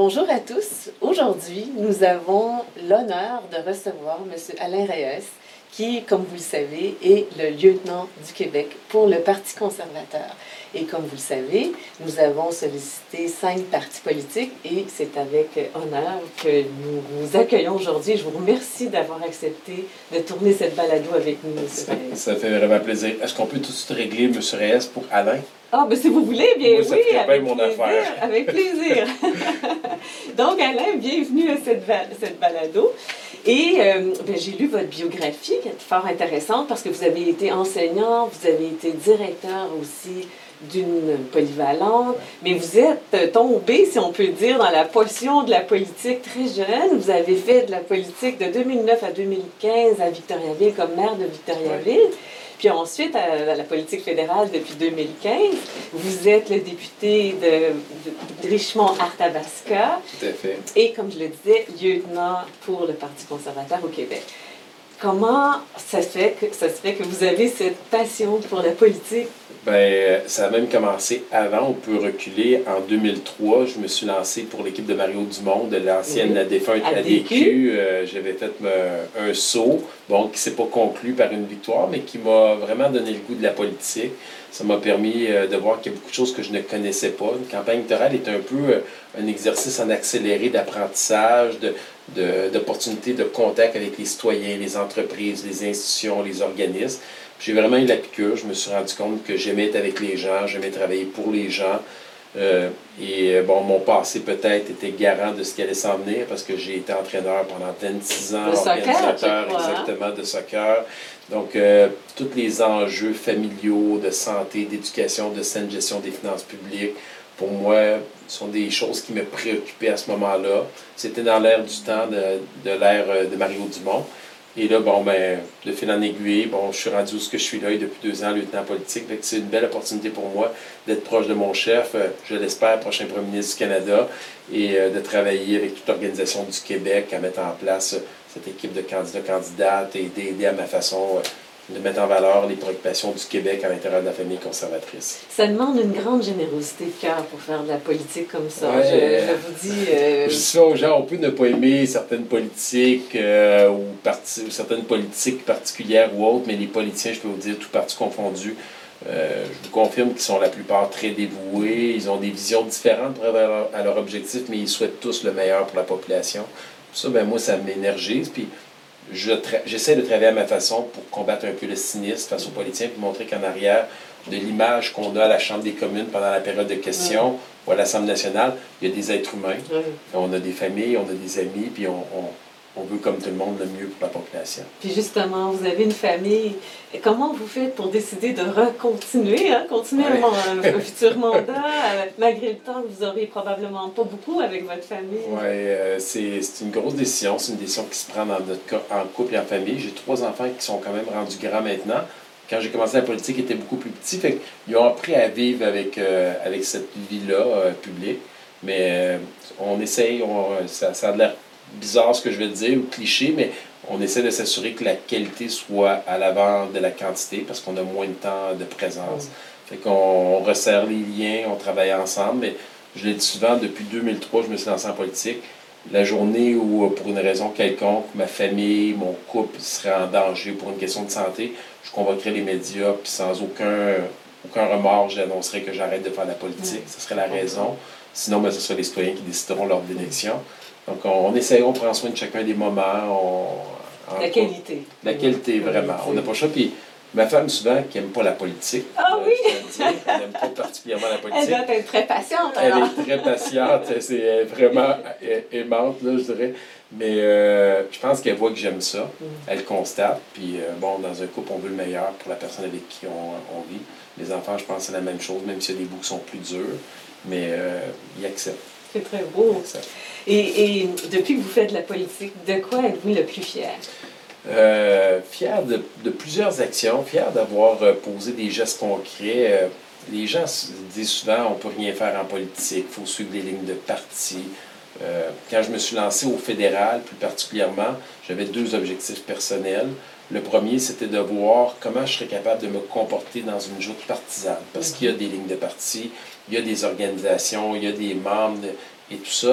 Bonjour à tous. Aujourd'hui, nous avons l'honneur de recevoir M. Alain Reyes, qui, comme vous le savez, est le lieutenant du Québec pour le Parti conservateur. Et comme vous le savez, nous avons sollicité 5 partis politiques et c'est avec honneur que nous vous accueillons aujourd'hui. Je vous remercie d'avoir accepté de tourner cette balado avec nous, M. Reyes. Ça fait vraiment plaisir. Est-ce qu'on peut tout de suite régler M. Reyes pour Alain? Ah, ben si vous voulez, bien oui, avec mon plaisir, affaire. Avec plaisir. Donc, Alain, bienvenue à cette balado. Et j'ai lu votre biographie, qui est fort intéressante, parce que vous avez été enseignant, vous avez été directeur aussi d'une polyvalente, mais vous êtes tombé, si on peut dire, dans la passion de la politique très jeune. Vous avez fait de la politique de 2009 à 2015 à Victoriaville, comme maire de Victoriaville. Oui. Puis ensuite, à la politique fédérale depuis 2015, vous êtes le député de Richmond-Arthabasca. Tout à fait. Et comme je le disais, lieutenant pour le Parti conservateur au Québec. Comment ça se fait que vous avez cette passion pour la politique? Bien, ça a même commencé avant. On peut reculer. En 2003, je me suis lancé pour l'équipe de Mario Dumont, de l'ancienne la défunte ADQ. J'avais fait un saut, bon, qui ne s'est pas conclu par une victoire, mais qui m'a vraiment donné le goût de la politique. Ça m'a permis de voir qu'il y a beaucoup de choses que je ne connaissais pas. Une campagne électorale est un peu un exercice en accéléré d'apprentissage, d'opportunités de contact avec les citoyens, les entreprises, les institutions, les organismes. J'ai vraiment eu la piqûre. Je me suis rendu compte que j'aimais être avec les gens, j'aimais travailler pour les gens. Mon passé peut-être était garant de ce qui allait s'en venir parce que j'ai été entraîneur pendant 26 ans, organisateur exactement de soccer. Donc, tous les enjeux familiaux, de santé, d'éducation, de saine gestion des finances publiques, pour moi, sont des choses qui me préoccupaient à ce moment-là. C'était dans l'ère du temps de l'ère de Mario Dumont. Et là, de fil en aiguille, je suis rendu où je suis là depuis 2 ans, lieutenant politique. C'est une belle opportunité pour moi d'être proche de mon chef, je l'espère, prochain premier ministre du Canada, et de travailler avec toute l'organisation du Québec à mettre en place cette équipe de candidats-candidates et d'aider à ma façon de mettre en valeur les préoccupations du Québec à l'intérieur de la famille conservatrice. Ça demande une grande générosité de cœur pour faire de la politique comme ça. Ouais, je vous dis... Je dis aux gens, on peut ne pas aimer certaines politiques ou certaines politiques particulières ou autres, mais les politiciens, je peux vous dire, tout parti confondu, je vous confirme qu'ils sont la plupart très dévoués, ils ont des visions différentes pour arriver à leur objectif, mais ils souhaitent tous le meilleur pour la population. Ça, moi, ça m'énergise, puis j'essaie de travailler à ma façon pour combattre un peu le cynisme face aux politiciens, puis montrer qu'en arrière de l'image qu'on a à la Chambre des communes pendant la période de questions ou à l'Assemblée nationale, il y a des êtres humains. On a des familles, on a des amis, puis on veut, comme tout le monde, le mieux pour la population. Puis justement, vous avez une famille. Et comment vous faites pour décider de continuer un futur mandat, malgré le temps que vous n'aurez probablement pas beaucoup avec votre famille? Oui, c'est une grosse décision. C'est une décision qui se prend dans notre cas en couple et en famille. J'ai 3 enfants qui sont quand même rendus grands maintenant. Quand j'ai commencé la politique, ils étaient beaucoup plus petits. Fait qu'ils ont appris à vivre avec cette vie-là publique. Mais on essaye, ça a l'air bizarre ce que je vais te dire, ou cliché, mais on essaie de s'assurer que la qualité soit à l'avant de la quantité parce qu'on a moins de temps de présence. Fait qu'on resserre les liens, on travaille ensemble, mais je l'ai dit souvent, depuis 2003, je me suis lancé en politique. La journée où, pour une raison quelconque, ma famille, mon couple serait en danger pour une question de santé, je convoquerai les médias, puis sans aucun remords, j'annoncerai que j'arrête de faire de la politique. Ce serait la raison. Sinon, ce sera les citoyens qui décideront lors de l'élection. Donc, on essaie, on prend soin de chacun des moments. La qualité. La qualité, vraiment. On n'a pas ça. Puis, ma femme, souvent, qui n'aime pas la politique. Ah oui! Elle n'aime pas particulièrement la politique. Elle doit être très patiente, alors. alors. Elle est très patiente. C'est vraiment aimante, là, je dirais. Mais je pense qu'elle voit que j'aime ça. Elle constate. Puis, dans un couple, on veut le meilleur pour la personne avec qui on vit. Les enfants, je pense que c'est la même chose, même s'il y a des bouts qui sont plus durs. Mais ils acceptent. C'est très beau. Et depuis que vous faites de la politique, de quoi êtes-vous le plus fier? Fier de plusieurs actions, fier d'avoir posé des gestes concrets. Les gens disent souvent on ne peut rien faire en politique, il faut suivre les lignes de parti. Quand je me suis lancé au fédéral, plus particulièrement, j'avais 2 objectifs personnels. Le premier, c'était de voir comment je serais capable de me comporter dans une joute partisane. Parce qu'il y a des lignes de parti, il y a des organisations, il y a des membres et tout ça.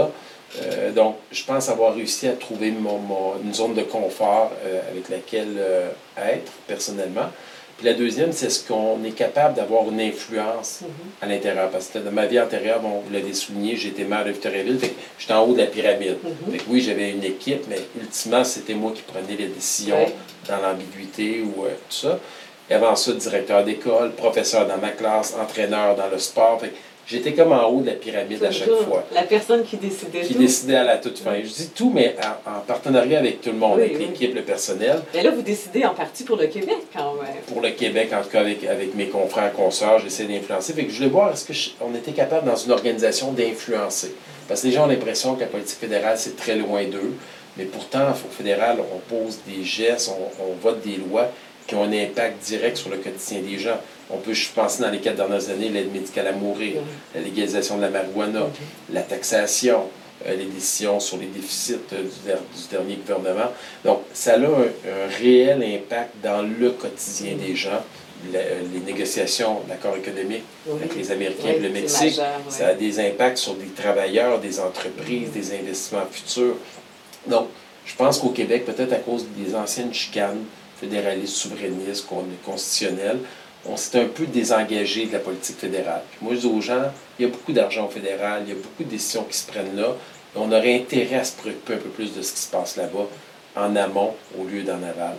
Donc, je pense avoir réussi à trouver une zone de confort avec laquelle être personnellement. Puis la deuxième, c'est ce qu'on est capable d'avoir une influence à l'intérieur. Parce que dans ma vie antérieure, bon, vous l'avez souligné, j'étais maire de Victoriaville, fait que j'étais en haut de la pyramide. Fait que oui, j'avais une équipe, mais ultimement, c'était moi qui prenais les décisions dans l'ambiguïté ou tout ça. Et avant ça, directeur d'école, professeur dans ma classe, entraîneur dans le sport. Fait que j'étais comme en haut de la pyramide à chaque fois. La personne qui décidait Qui décidait à la toute fin. Je dis tout, mais en partenariat avec tout le monde, avec l'équipe, le personnel. Mais là, vous décidez en partie pour le Québec, quand même. Pour le Québec, en tout cas avec mes confrères, consoeurs, j'essaie d'influencer. Fait que je voulais voir, est-ce qu'on était capable, dans une organisation, d'influencer? Parce que les gens ont l'impression que la politique fédérale, c'est très loin d'eux. Mais pourtant, au fédéral, on pose des gestes, on vote des lois qui ont un impact direct sur le quotidien des gens. On peut, je pense, dans les 4 dernières années, l'aide médicale à mourir, la légalisation de la marijuana, la taxation, les décisions sur les déficits du dernier gouvernement. Donc, ça a un réel impact dans le quotidien des gens. Les négociations d'accords économiques avec les Américains et le Mexique, ça a des impacts sur des travailleurs, des entreprises, des investissements futurs. Donc, je pense qu'au Québec, peut-être à cause des anciennes chicanes fédéralistes, souverainistes, constitutionnelles, on s'est un peu désengagé de la politique fédérale. Puis moi, je dis aux gens, il y a beaucoup d'argent au fédéral, il y a beaucoup de décisions qui se prennent là, et on aurait intérêt à se préoccuper un peu plus de ce qui se passe là-bas, en amont, au lieu d'en aval.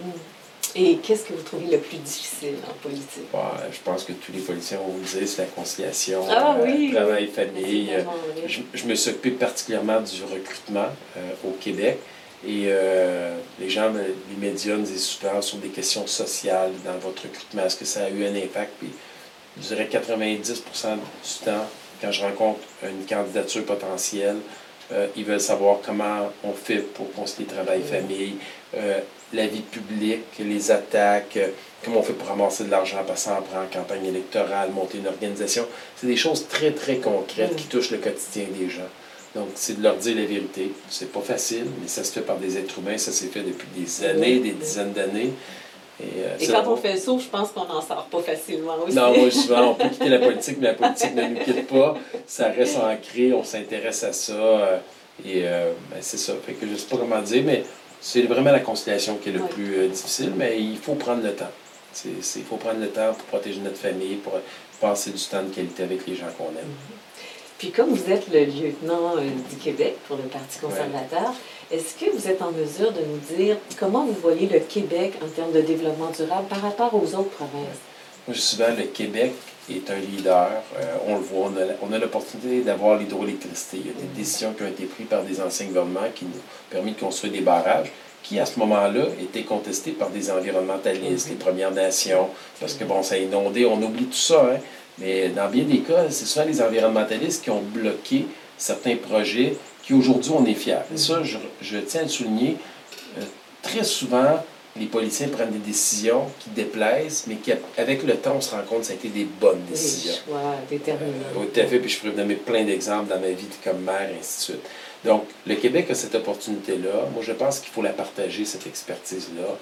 Et qu'est-ce que vous trouvez le plus difficile en politique? Je pense que tous les politiciens vont vous le dire, c'est la conciliation, travail, famille. Je me suis occupé particulièrement du recrutement au Québec. Et les gens, les médias nous disent souvent sur des questions sociales dans votre recrutement, est-ce que ça a eu un impact? Puis je dirais 90% du temps, quand je rencontre une candidature potentielle, ils veulent savoir comment on fait pour concilier travail-famille, la vie publique, les attaques, comment on fait pour ramasser de l'argent, passer en campagne électorale, monter une organisation. C'est des choses très, très concrètes qui touchent le quotidien des gens. Donc, c'est de leur dire la vérité. C'est pas facile, mais ça se fait par des êtres humains. Ça s'est fait depuis des années, des dizaines d'années. Et quand on fait le saut, je pense qu'on n'en sort pas facilement aussi. Non, moi, souvent, on peut quitter la politique, mais la politique ne nous quitte pas. Ça reste ancré, on s'intéresse à ça. C'est ça. Fait que je ne sais pas comment dire, mais c'est vraiment la conciliation qui est le plus difficile, mais il faut prendre le temps. Il faut prendre le temps pour protéger notre famille, pour passer du temps de qualité avec les gens qu'on aime. Puis comme vous êtes le lieutenant du Québec pour le Parti conservateur, est-ce que vous êtes en mesure de nous dire comment vous voyez le Québec en termes de développement durable par rapport aux autres provinces? Moi, je dis souvent, le Québec est un leader. On le voit, on a l'opportunité d'avoir l'hydroélectricité. Il y a des décisions qui ont été prises par des anciens gouvernements qui nous ont permis de construire des barrages qui, à ce moment-là, étaient contestés par des environnementalistes, les Premières Nations, parce que, bon, ça a inondé, on oublie tout ça, hein? Mais dans bien des cas, c'est souvent les environnementalistes qui ont bloqué certains projets qui, aujourd'hui, on est fiers. Et ça, je tiens à le souligner, très souvent, les politiciens prennent des décisions qui déplaisent, mais qu'avec le temps, on se rend compte que ça a été des bonnes décisions. Des choix déterminants. Tout à fait, puis je pourrais vous donner plein d'exemples dans ma vie comme maire, et ainsi de suite. Donc, le Québec a cette opportunité-là. Moi, je pense qu'il faut la partager, cette expertise-là.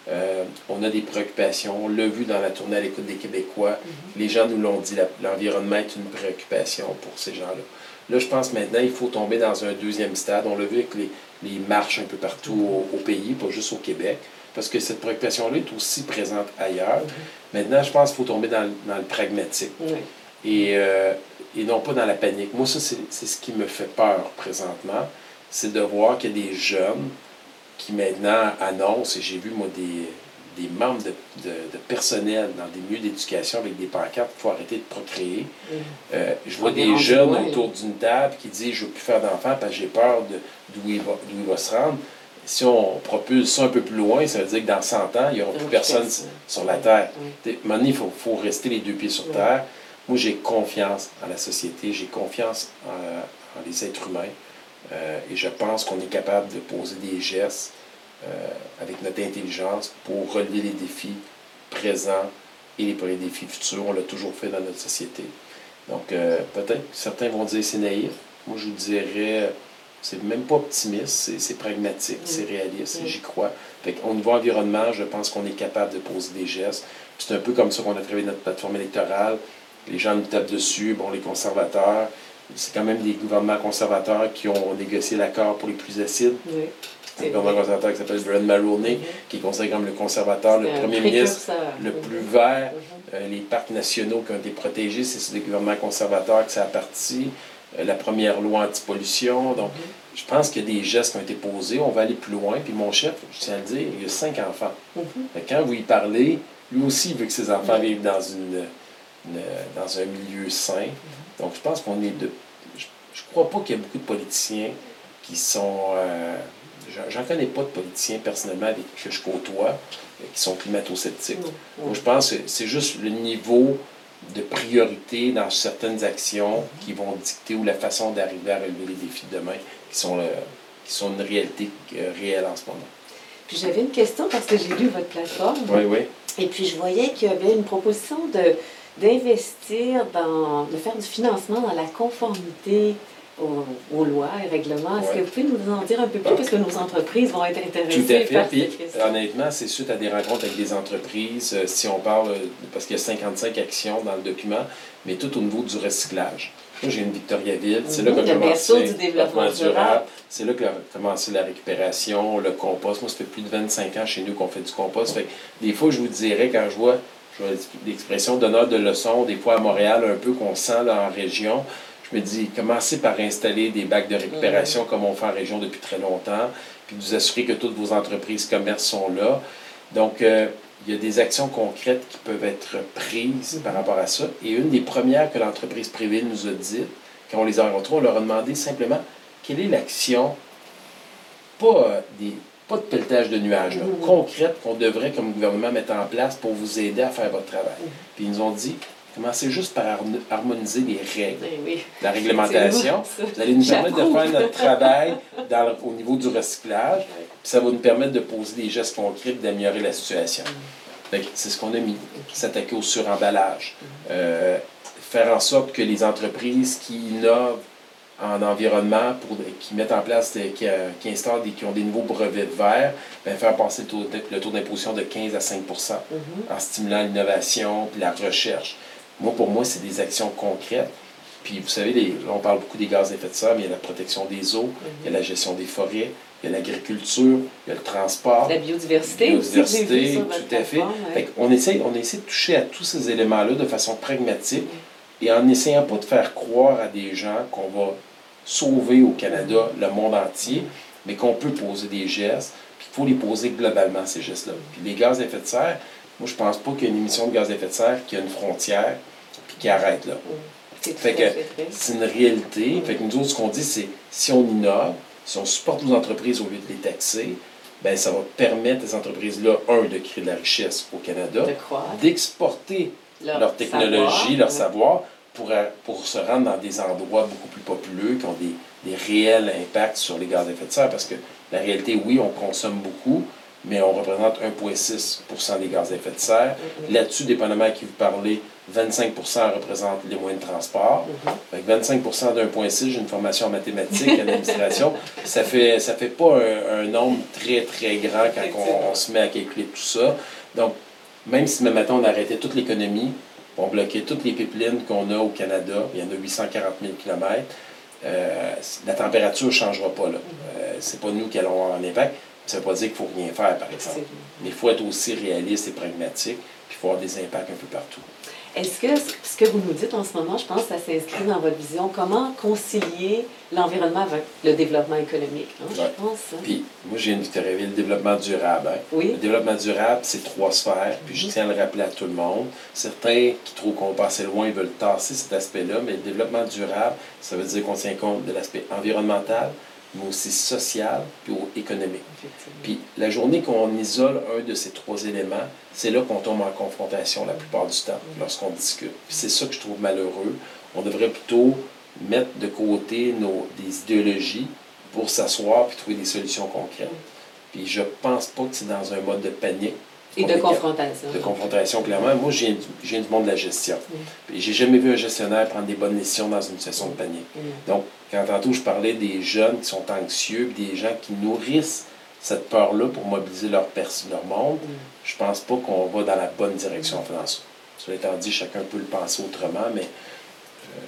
On a des préoccupations. On l'a vu dans la tournée à l'écoute des Québécois. Les gens nous l'ont dit, l'environnement est une préoccupation pour ces gens-là. Là, je pense maintenant, il faut tomber dans un deuxième stade. On l'a vu avec les marches un peu partout au pays, pas juste au Québec, parce que cette préoccupation-là est aussi présente ailleurs. Maintenant, je pense qu'il faut tomber dans le pragmatique. Et non pas dans la panique. Moi, ça, c'est ce qui me fait peur présentement, c'est de voir qu'il y a des jeunes qui maintenant annoncent, et j'ai vu, moi, des membres de personnel dans des milieux d'éducation avec des pancartes, il faut arrêter de procréer. Je vois des jeunes autour d'une table qui disent « je ne veux plus faire d'enfants parce que j'ai peur d'où il va se rendre ». Si on propulse ça un peu plus loin, ça veut dire que dans 100 ans, il n'y aura plus personne sur la Terre. Maintenant, il faut rester les deux pieds sur Terre. Moi, j'ai confiance en la société, j'ai confiance en les êtres humains. Et je pense qu'on est capable de poser des gestes avec notre intelligence pour relever les défis présents et les défis futurs. On l'a toujours fait dans notre société. Donc, peut-être que certains vont dire que c'est naïf. Moi, je vous dirais, c'est même pas optimiste, c'est pragmatique, c'est réaliste, j'y crois. Au niveau environnement, je pense qu'on est capable de poser des gestes. C'est un peu comme ça qu'on a travaillé notre plateforme électorale. Les gens nous tapent dessus, bon, les conservateurs. c'est quand même des gouvernements conservateurs qui ont négocié l'accord pour les plus acides. Oui. C'est un gouvernement conservateur qui s'appelle Brad Mulroney, qui est considéré comme le conservateur, le premier ministre le plus vert. Les parcs nationaux qui ont été protégés, c'est des gouvernements conservateurs que ça a parti. La première loi anti-pollution. Donc, je pense qu'il y a des gestes qui ont été posés. On va aller plus loin. Puis mon chef, je tiens à le dire, il a 5 enfants. Quand vous y parlez, lui aussi, il veut que ses enfants vivent dans dans un milieu sain. Donc, je pense qu'on est de... Je ne crois pas qu'il y a beaucoup de politiciens qui sont... J'en connais pas de politiciens, personnellement, que je côtoie, qui sont climato-sceptiques. Moi, je pense que c'est juste le niveau de priorité dans certaines actions qui vont dicter ou la façon d'arriver à relever les défis de demain qui sont une réalité réelle en ce moment. Puis j'avais une question parce que j'ai lu votre plateforme. Oui, oui. Et puis je voyais qu'il y avait une proposition d'investir de faire du financement dans la conformité aux lois et règlements. Est-ce que vous pouvez nous en dire un peu plus parce que nos entreprises vont être intéressées Tout à fait. par Puis, cette question? honnêtement, c'est suite à des rencontres avec des entreprises, si on parle, parce qu'il y a 55 actions dans le document, mais tout au niveau du recyclage. Moi, j'ai une Victoriaville, c'est là que le berceau du développement durable. C'est là que a commencé la récupération, le compost. Moi, ça fait plus de 25 ans chez nous qu'on fait du compost. Fait que des fois, je vous dirais, quand je vois l'expression donneur de leçons, des fois à Montréal, un peu qu'on sent là en région, je me dis, commencez par installer des bacs de récupération comme on fait en région depuis très longtemps, puis vous assurer que toutes vos entreprises commerce sont là. Donc, il y a des actions concrètes qui peuvent être prises par rapport à ça. Et une des premières que l'entreprise privée nous a dites, quand on les a rencontrés, on leur a demandé simplement quelle est l'action, pas de pelletage de nuages, concrète qu'on devrait, comme gouvernement, mettre en place pour vous aider à faire votre travail. Puis ils nous ont dit, commencez juste par harmoniser les règles, la réglementation. Vous allez nous permettre de faire notre travail au niveau du recyclage, puis ça va nous permettre de poser des gestes concrets et d'améliorer la situation. C'est ce qu'on a mis, s'attaquer au suremballage, faire en sorte que les entreprises qui innovent en environnement, qui mettent en place, qui instaurent, qui ont des nouveaux brevets verts, faire passer le taux d'imposition de 15 à 5 en stimulant l'innovation et la recherche. Pour moi, c'est des actions concrètes. Puis, vous savez, là, on parle beaucoup des gaz à effet de serre, mais il y a la protection des eaux, il y a la gestion des forêts, il y a l'agriculture, il y a le transport. La biodiversité. Biodiversité, tout à fait. On essaie de toucher à tous ces éléments-là de façon pragmatique et en n'essayant pas de faire croire à des gens qu'on va sauver au Canada le monde entier, mais qu'on peut poser des gestes, puis qu'il faut les poser globalement, ces gestes-là. Puis les gaz à effet de serre, moi, je pense pas qu'il y ait une émission de gaz à effet de serre qui a une frontière puis qui arrête là. Fait que c'est une réalité. Fait que nous autres, ce qu'on dit, c'est si on innove, si on supporte nos entreprises au lieu de les taxer, bien, ça va permettre à ces entreprises-là, de créer de la richesse au Canada, d'exporter leur technologie, leur savoir, pour se rendre dans des endroits beaucoup plus populeux qui ont des réels impacts sur les gaz à effet de serre. Parce que la réalité, oui, on consomme beaucoup, mais on représente 1,6 % des gaz à effet de serre. Là-dessus, dépendamment à qui vous parlez, 25 % représentent les moyens de transport. Fait que 25 % de 1,6, j'ai une formation en mathématiques, en administration, ça fait pas un nombre très, très grand quand on se met à calculer tout ça. Donc, même si, maintenant, on arrêtait toute l'économie, on bloquait toutes les pipelines qu'on a au Canada, il y en a 840 000 km, la température ne changera pas. C'est pas nous qui allons avoir un impact. Ça ne veut pas dire qu'il ne faut rien faire, par exemple. Mais il faut être aussi réaliste et pragmatique, puis il faut avoir des impacts un peu partout. Est-ce que ce que vous nous dites en ce moment, je pense que ça s'inscrit dans votre vision, comment concilier l'environnement avec le développement économique? Je pense. Puis, moi, j'ai une Victoriaville, le développement durable. Oui. Le développement durable, c'est 3 sphères, puis je tiens à le rappeler à tout le monde. Certains qui trouvent qu'on va passer loin, ils veulent tasser cet aspect-là, mais le développement durable, ça veut dire qu'on tient compte de l'aspect environnemental, mais aussi social puis économique. Puis la journée qu'on isole un de ces 3 éléments, c'est là qu'on tombe en confrontation la plupart du temps, lorsqu'on discute. Puis c'est ça que je trouve malheureux. On devrait plutôt mettre de côté des idéologies pour s'asseoir puis trouver des solutions concrètes. Puis je pense pas que c'est dans un mode de panique. Et de confrontation. De confrontation, clairement. Moi, je viens du monde de la gestion. Puis j'ai jamais vu un gestionnaire prendre des bonnes décisions dans une situation de panique. Donc, quand tantôt je parlais des jeunes qui sont anxieux, puis des gens qui nourrissent cette peur-là pour mobiliser leur monde, je pense pas qu'on va dans la bonne direction en faisant ça. Cela étant dit, chacun peut le penser autrement, mais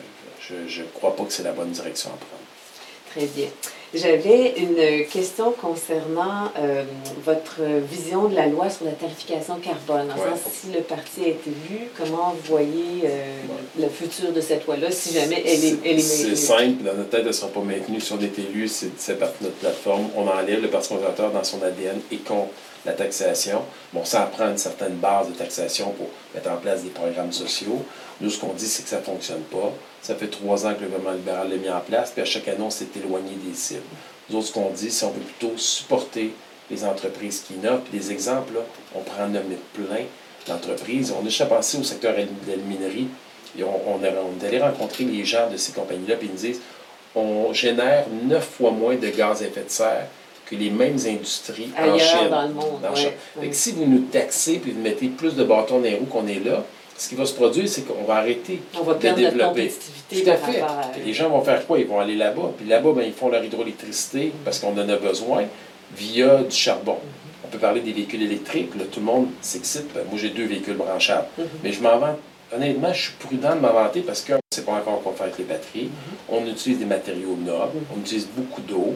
je ne crois pas que c'est la bonne direction à prendre. Très bien. J'avais une question concernant votre vision de la loi sur la tarification carbone. En sens, si le parti a été élu, comment vous voyez le futur de cette loi-là, si jamais elle est maintenue? C'est simple, dans notre tête, elle ne sera pas maintenue. Si on est élu, c'est partie de notre plateforme. On enlève le Parti conservateur dans son ADN et contre la taxation. Bon, ça prend une certaine base de taxation pour mettre en place des programmes sociaux. Nous, ce qu'on dit, c'est que ça ne fonctionne pas. Ça fait 3 ans que le gouvernement libéral l'a mis en place, puis à chaque année, on s'est éloigné des cibles. Nous autres, ce qu'on dit, c'est qu'on veut plutôt supporter les entreprises qui innovent. Puis des exemples, là, on prend en nommer plein d'entreprises. On a déjà pensé au secteur de la minerie. Et on est allé rencontrer les gens de ces compagnies-là, puis ils nous disent on génère 9 fois moins de gaz à effet de serre que les mêmes industries ailleurs en Chine. Dans le monde. Fait que si vous nous taxez puis vous mettez plus de bâtons dans les roues qu'on est là, ce qui va se produire, c'est qu'on va arrêter de développer. Notre compétitivité. Tout à fait. Les gens vont faire quoi? Ils vont aller là-bas. Puis là-bas, ben, ils font leur hydroélectricité parce qu'on en a besoin via du charbon. On peut parler des véhicules électriques. Là, tout le monde s'excite. Ben, moi, j'ai 2 véhicules branchables. Mais je m'en vante. Honnêtement, je suis prudent de m'en vanter parce qu'on ne sait pas encore quoi faire avec les batteries. On utilise des matériaux nobles. On utilise beaucoup d'eau.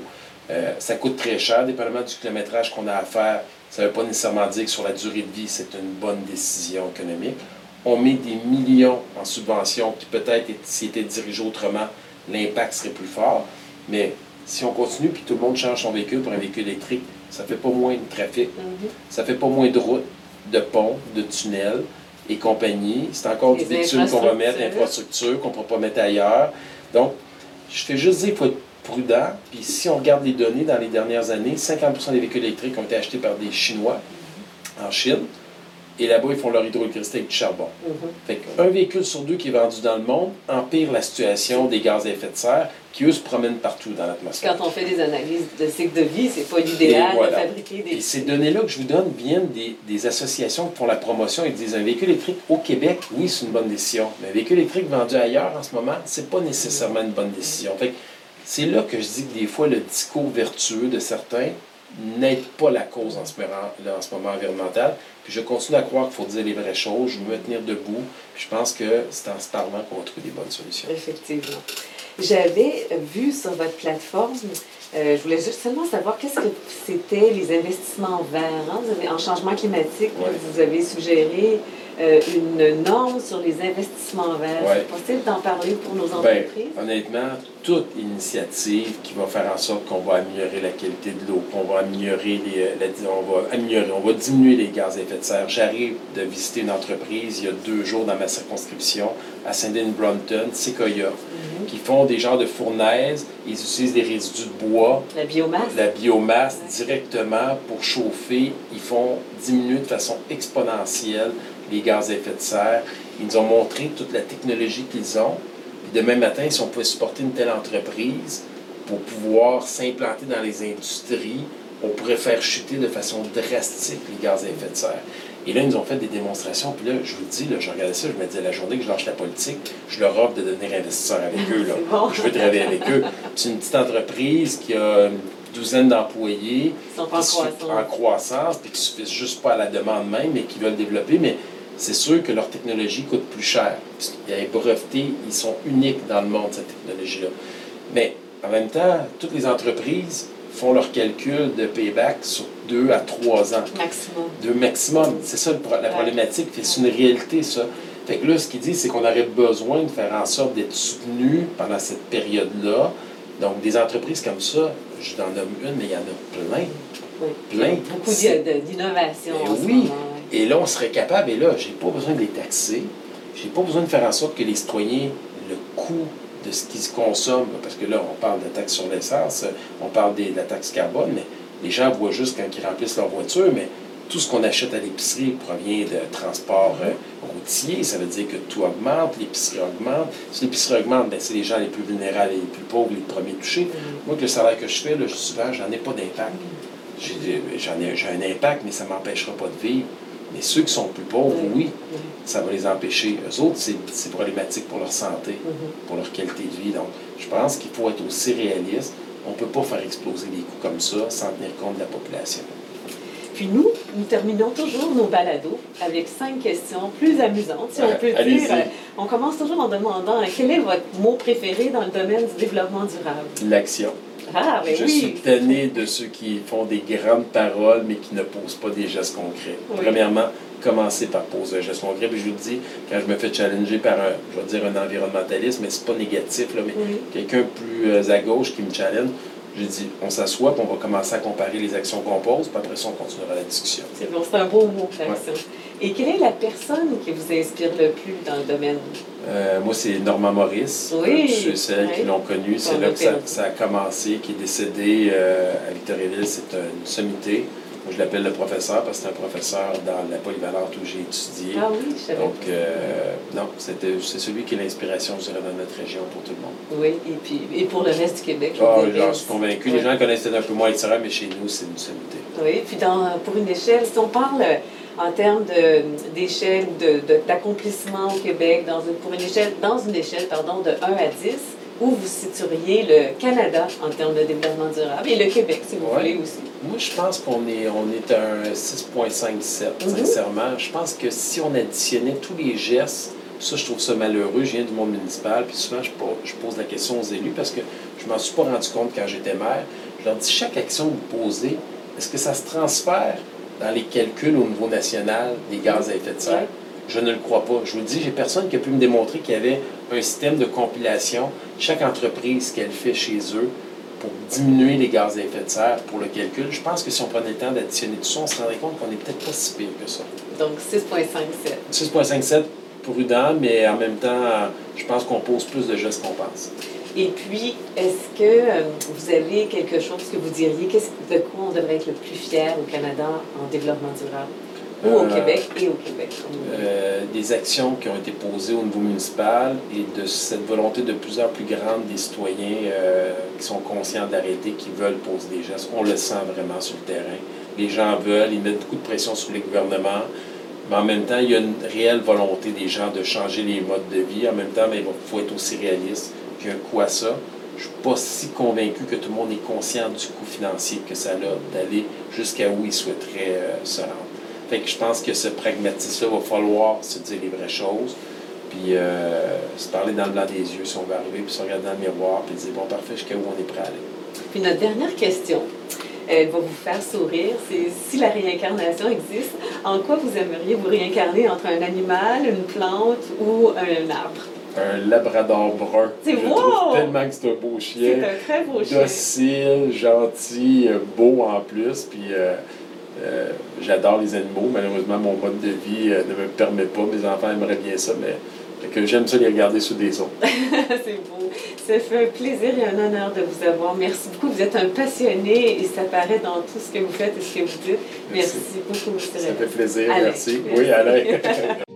Ça coûte très cher, dépendamment du kilométrage qu'on a à faire. Ça ne veut pas nécessairement dire que sur la durée de vie, c'est une bonne décision économique. On met des millions en subventions qui peut-être, s'ils étaient dirigés autrement, l'impact serait plus fort. Mais si on continue puis tout le monde change son véhicule pour un véhicule électrique, ça ne fait pas moins de trafic, ça ne fait pas moins de routes, de ponts, de tunnels et compagnie. C'est encore du bitume qu'on va mettre, infrastructure qu'on ne pourra pas mettre ailleurs. Donc, je fais juste dire qu'il faut être prudent. Puis si on regarde les données dans les dernières années, 50% des véhicules électriques ont été achetés par des Chinois en Chine. Et là-bas, ils font leur hydroélectricité avec du charbon. Fait qu'un véhicule sur 2 qui est vendu dans le monde empire la situation des gaz à effet de serre qui, eux, se promènent partout dans l'atmosphère. Quand on fait des analyses de cycle de vie, c'est pas l'idéal de fabriquer des... Et ces données-là que je vous donne viennent des associations qui font la promotion et disent un véhicule électrique au Québec, oui, c'est une bonne décision. Mais un véhicule électrique vendu ailleurs en ce moment, c'est pas nécessairement une bonne décision. Fait que c'est là que je dis que des fois, le discours vertueux de certains n'aide pas la cause en ce moment environnemental. Puis je continue à croire qu'il faut dire les vraies choses, je veux me tenir debout. Puis je pense que c'est en se parlant qu'on va trouver des bonnes solutions. Effectivement. J'avais vu sur votre plateforme, je voulais juste seulement savoir qu'est-ce que c'était les investissements verts. Hein? Vous avez, en changement climatique, vous avez suggéré une norme sur les investissements verts. C'est possible d'en parler pour nos entreprises? Bien, honnêtement, toute initiative qui va faire en sorte qu'on va améliorer la qualité de l'eau, qu'on va améliorer on va diminuer les gaz à effet de serre. J'arrive de visiter une entreprise il y a 2 jours dans ma circonscription à Saint-Denis-Brompton, Sequoia, qui font des genres de fournaises. Ils utilisent des résidus de bois. La biomasse directement pour chauffer. Ils font diminuer de façon exponentielle les gaz à effet de serre. Ils nous ont montré toute la technologie qu'ils ont. Puis demain matin, si on pouvait supporter une telle entreprise pour pouvoir s'implanter dans les industries, on pourrait faire chuter de façon drastique les gaz à effet de serre. Et là, ils nous ont fait des démonstrations. Puis là, je vous dis, là, je regardais ça, je me disais, la journée que je lâche la politique, je leur offre de devenir investisseur avec eux. Là. Bon. Je veux travailler avec eux. C'est une petite entreprise qui a une douzaine d'employés. Ils sont en croissance, puis qui ne suffisent juste pas à la demande même, mais qui veulent développer. Mais c'est sûr que leur technologie coûte plus cher. Il y a les brevetés, ils sont uniques dans le monde, cette technologie-là. Mais en même temps, toutes les entreprises font leur calcul de payback sur 2 à 3 ans. Maximum. C'est ça la problématique. C'est une réalité, ça. Fait que là, ce qu'ils disent, c'est qu'on aurait besoin de faire en sorte d'être soutenus pendant cette période-là. Donc, des entreprises comme ça, je t'en nomme une, mais il y en a plein. Plein. Beaucoup d'innovation. Oui. Et là, on serait capable, et là, j'ai pas besoin de les taxer. J'ai pas besoin de faire en sorte que les citoyens, le coût de ce qui se consomme, parce que là, on parle de taxe sur l'essence, on parle de la taxe carbone, mais les gens voient juste quand ils remplissent leur voiture, mais tout ce qu'on achète à l'épicerie provient de transport routier, ça veut dire que tout augmente, l'épicerie augmente. Si l'épicerie augmente, bien, c'est les gens les plus vulnérables, les plus pauvres, les premiers touchés. Moi, avec le salaire que je fais, là, souvent, j'en ai pas d'impact. J'ai un impact, mais ça ne m'empêchera pas de vivre. Mais ceux qui sont plus pauvres, oui, ça va les empêcher. Eux autres, c'est problématique pour leur santé, pour leur qualité de vie. Donc, je pense qu'il faut être aussi réaliste. On ne peut pas faire exploser les coûts comme ça sans tenir compte de la population. Puis nous terminons toujours nos balados avec 5 questions plus amusantes, si on peut dire. On commence toujours en demandant quel est votre mot préféré dans le domaine du développement durable? L'action. Ah, ben je suis tanné de ceux qui font des grandes paroles, mais qui ne posent pas des gestes concrets. Oui. Premièrement, commencer par poser un geste concret. Puis je vous le dis, quand je me fais challenger par un environnementaliste, mais c'est pas négatif, là, mais quelqu'un plus à gauche qui me challenge, j'ai dit, on s'assoit, puis on va commencer à comparer les actions qu'on pose, puis après ça, on continuera la discussion. C'est bon, c'est un beau mot, l'action. Ouais. Et quelle est la personne qui vous inspire le plus dans le domaine? Moi, c'est Normand Maurice. Oui. Ceux et celles qui l'ont connu, c'est là que ça a commencé, qui est décédé à Victoriaville. C'est une sommité. Moi, je l'appelle le professeur parce que c'est un professeur dans la polyvalente où j'ai étudié. Ah oui, je savais. Donc, non, c'est celui qui est l'inspiration, je dirais, dans notre région pour tout le monde. Oui, et pour le reste du Québec. J'en suis convaincu. Les gens connaissent peut-être un peu moins etc., mais chez nous, c'est une sommité. Oui, puis pour une échelle, si on parle en termes d'échelle d'accomplissement au Québec, dans une échelle de 1 à 10, où vous situeriez le Canada en termes de développement durable et le Québec, si vous voulez aussi? Moi, je pense qu'on est à un 6,57, sincèrement. Je pense que si on additionnait tous les gestes, ça, je trouve ça malheureux. Je viens du monde municipal, puis souvent, je pose la question aux élus parce que je m'en suis pas rendu compte quand j'étais maire. Je leur dis, chaque action que vous posez, est-ce que ça se transfère dans les calculs au niveau national des gaz à effet de serre? Je ne le crois pas. Je vous le dis, j'ai personne qui a pu me démontrer qu'il y avait un système de compilation, chaque entreprise qu'elle fait chez eux, pour diminuer les gaz à effet de serre pour le calcul. Je pense que si on prenait le temps d'additionner tout ça, on se rendrait compte qu'on n'est peut-être pas si pire que ça. Donc 6,57. 6,57 prudent, mais en même temps, je pense qu'on pose plus de gestes qu'on pense. Et puis, est-ce que vous avez quelque chose que vous diriez, de quoi on devrait être le plus fier au Canada en développement durable? Ou au Québec et au Québec. Des actions qui ont été posées au niveau municipal et de cette volonté de plus en plus grande des citoyens qui sont conscients d'arrêter, qui veulent poser des gestes. On le sent vraiment sur le terrain. Les gens veulent, ils mettent beaucoup de pression sur les gouvernements, mais en même temps, il y a une réelle volonté des gens de changer les modes de vie. En même temps, il faut être aussi réaliste qu'il y a un coût à ça. Je ne suis pas si convaincu que tout le monde est conscient du coût financier que ça a d'aller jusqu'à où il souhaiterait se rendre. Fait que je pense que ce pragmatisme-là, va falloir se dire les vraies choses, puis se parler dans le blanc des yeux si on veut arriver, puis se regarder dans le miroir, puis dire, bon, parfait, jusqu'à où on est prêt à aller. Puis notre dernière question, elle va vous faire sourire, c'est si la réincarnation existe, en quoi vous aimeriez vous réincarner entre un animal, une plante ou un arbre? Un labrador brun. Je trouve tellement que c'est un beau chien. C'est un très beau chien. Docile, gentil, beau en plus, puis... j'adore les animaux. Malheureusement, mon mode de vie ne me permet pas. Mes enfants aimeraient bien ça, mais que j'aime ça les regarder sous des eaux. C'est beau. Ça fait un plaisir et un honneur de vous avoir. Merci beaucoup. Vous êtes un passionné et ça paraît dans tout ce que vous faites et ce que vous dites. Merci beaucoup, M. Ça fait plaisir. Alain. Merci. Oui, Alain.